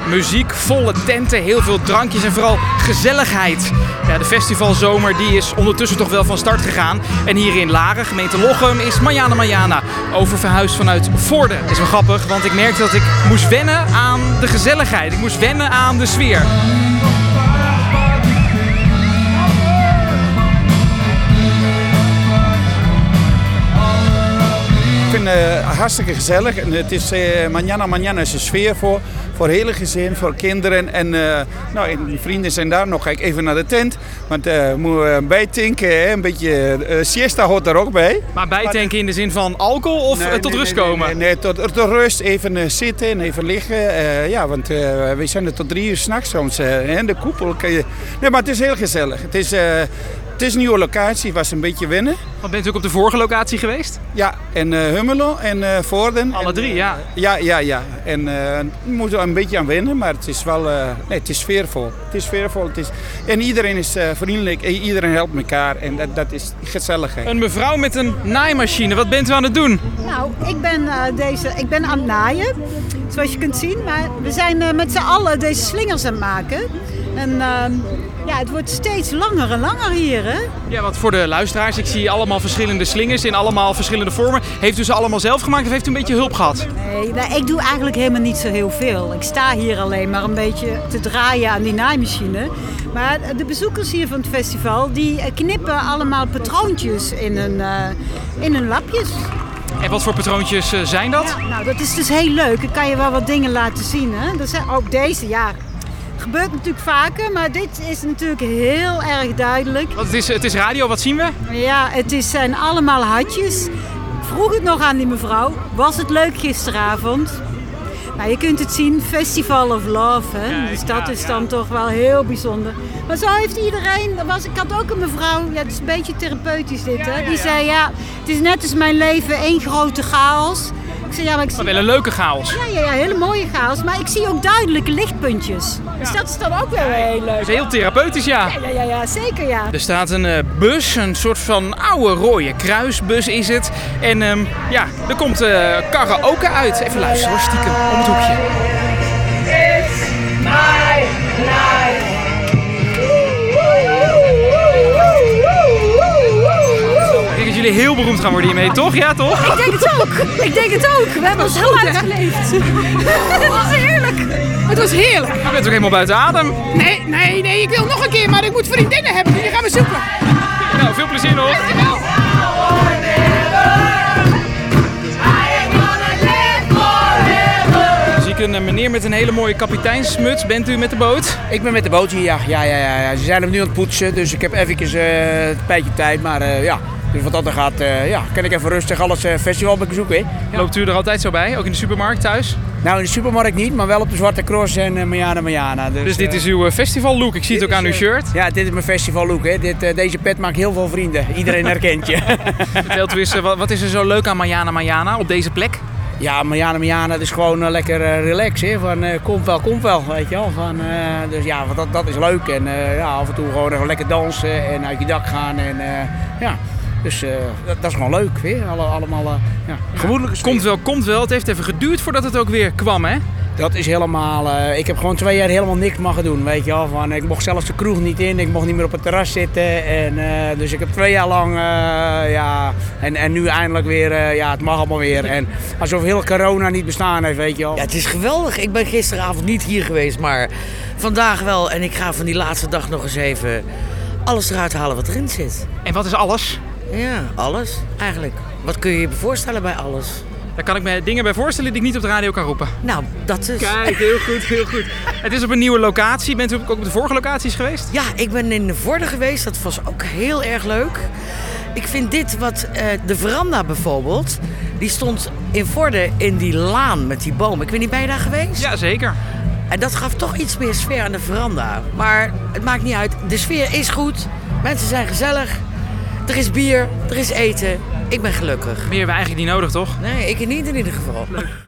muziek, volle tenten, heel veel drankjes en vooral gezelligheid. Ja, de festivalzomer die is ondertussen toch wel van start gegaan. En hier in Laren, gemeente Lochem, is Manjana Manjana oververhuisd vanuit Vorden. Dat is wel grappig, want ik merkte dat ik moest wennen aan de gezelligheid. Ik moest wennen aan de sfeer. Ik vind het hartstikke gezellig. En het is Manjana Manjana is een sfeer voor het hele gezin, voor kinderen. En mijn vrienden zijn daar nog. Kijk even naar de tent. Want moeten bijtanken, een beetje siesta hoort er ook bij. Maar bijtanken in de zin van alcohol of tot rust komen? Nee, tot rust. Even zitten en even liggen. Want we zijn er tot 3 uur 's nachts soms. De koepel kan je... Nee, maar het is heel gezellig. Het is een nieuwe locatie, was een beetje wennen. Want bent u ook op de vorige locatie geweest? Ja, en Hummelo en Vorden. Alle drie, ja. Ja. En we moeten een beetje aan wennen, maar het is wel... het is sfeervol. En iedereen is vriendelijk, iedereen helpt elkaar en dat is gezelligheid. Een mevrouw met een naaimachine, wat bent u aan het doen? Nou, ik ben aan het naaien, zoals je kunt zien. Maar we zijn met z'n allen deze slingers aan het maken. En het wordt steeds langer en langer hier, hè? Ja, want voor de luisteraars, ik zie allemaal verschillende slingers in allemaal verschillende vormen. Heeft u ze allemaal zelf gemaakt of heeft u een beetje hulp gehad? Nee, ik doe eigenlijk helemaal niet zo heel veel. Ik sta hier alleen maar een beetje te draaien aan die naaimachine. Maar de bezoekers hier van het festival, die knippen allemaal patroontjes in hun lapjes. En wat voor patroontjes zijn dat? Ja, nou, dat is dus heel leuk. Dan kan je wel wat dingen laten zien, hè? Dat zijn ook deze, ja. Gebeurt natuurlijk vaker, maar dit is natuurlijk heel erg duidelijk. Want het is radio, wat zien we? Ja, zijn allemaal hartjes. Vroeg het nog aan die mevrouw, was het leuk gisteravond? Nou, je kunt het zien, Festival of Love, hè? Kijk, dus dat is dan toch wel heel bijzonder. Maar zo heeft iedereen, ik had ook een mevrouw, ja, het is een beetje therapeutisch dit, hè? Die zei, het is net als mijn leven één grote chaos. Ik zei, maar ik zie wel een leuke chaos. Ja, hele mooie chaos. Maar ik zie ook duidelijke lichtpuntjes. Dus dat is dan ook wel heel leuk. Dat is heel therapeutisch, ja. Ja, zeker ja. Er staat een bus, een soort van oude rode kruisbus is het. En er komt karaoke uit. Even luisteren hoor, stiekem, om het hoekje. It's my life. Ik denk dat jullie heel beroemd gaan worden hiermee, toch? Ja, toch? Ik denk het ook. We hebben ons heel uitgeleefd. Het was heerlijk. Het was heerlijk. Je bent ook helemaal buiten adem. Nee, ik wil nog een keer, maar ik moet vriendinnen hebben. Die gaan we zoeken. Nou, veel plezier nog. Dankjewel. Dan zie ik een meneer met een hele mooie kapiteinsmuts. Bent u met de boot? Ik ben met de boot hier, ja. Ze zijn hem nu aan het poetsen, dus ik heb eventjes een tijdje tijd. Maar dus wat dat er gaat, kan ik even rustig alles festival bezoeken. Ja. Loopt u er altijd zo bij, ook in de supermarkt thuis? Nou, in de supermarkt niet, maar wel op de Zwarte Cross en Manjana. Dus dit is uw festivallook, ik zie het ook aan uw shirt. Ja, dit is mijn festivallook. Deze pet maakt heel veel vrienden. Iedereen herkent je. Vertelt u eens, wat is er zo leuk aan Manjana Manjana op deze plek? Ja, Manjana, dat is gewoon lekker relaxen. Van komt wel, weet je wel. Dus ja, dat is leuk. En af en toe gewoon even lekker dansen en uit je dak gaan. En dus dat is gewoon leuk. Weer. Allemaal gemoedelijke sfeer. Komt wel. Het heeft even geduurd voordat het ook weer kwam, hè? Dat is helemaal... ik heb gewoon 2 jaar helemaal niks mogen doen, weet je wel. Ik mocht zelfs de kroeg niet in, ik mocht niet meer op het terras zitten. En, dus ik heb 2 jaar lang, en nu eindelijk weer, het mag allemaal weer. En alsof heel corona niet bestaan heeft, weet je wel. Ja, het is geweldig. Ik ben gisteravond niet hier geweest, maar vandaag wel. En ik ga van die laatste dag nog eens even alles eruit halen wat erin zit. En wat is alles? Ja, alles eigenlijk. Wat kun je je voorstellen bij alles? Daar kan ik me dingen bij voorstellen die ik niet op de radio kan roepen. Nou, dat is... Kijk, heel goed. Het is op een nieuwe locatie. Bent u ook op de vorige locaties geweest? Ja, ik ben in de Vorden geweest. Dat was ook heel erg leuk. Ik vind dit de veranda bijvoorbeeld, die stond in Vorden in die laan met die boom. Ik weet niet, ben je daar geweest? Ja, zeker. En dat gaf toch iets meer sfeer aan de veranda. Maar het maakt niet uit. De sfeer is goed. Mensen zijn gezellig. Er is bier. Er is eten. Ik ben gelukkig. Meer hebben we eigenlijk niet nodig, toch? Nee, ik niet in ieder geval.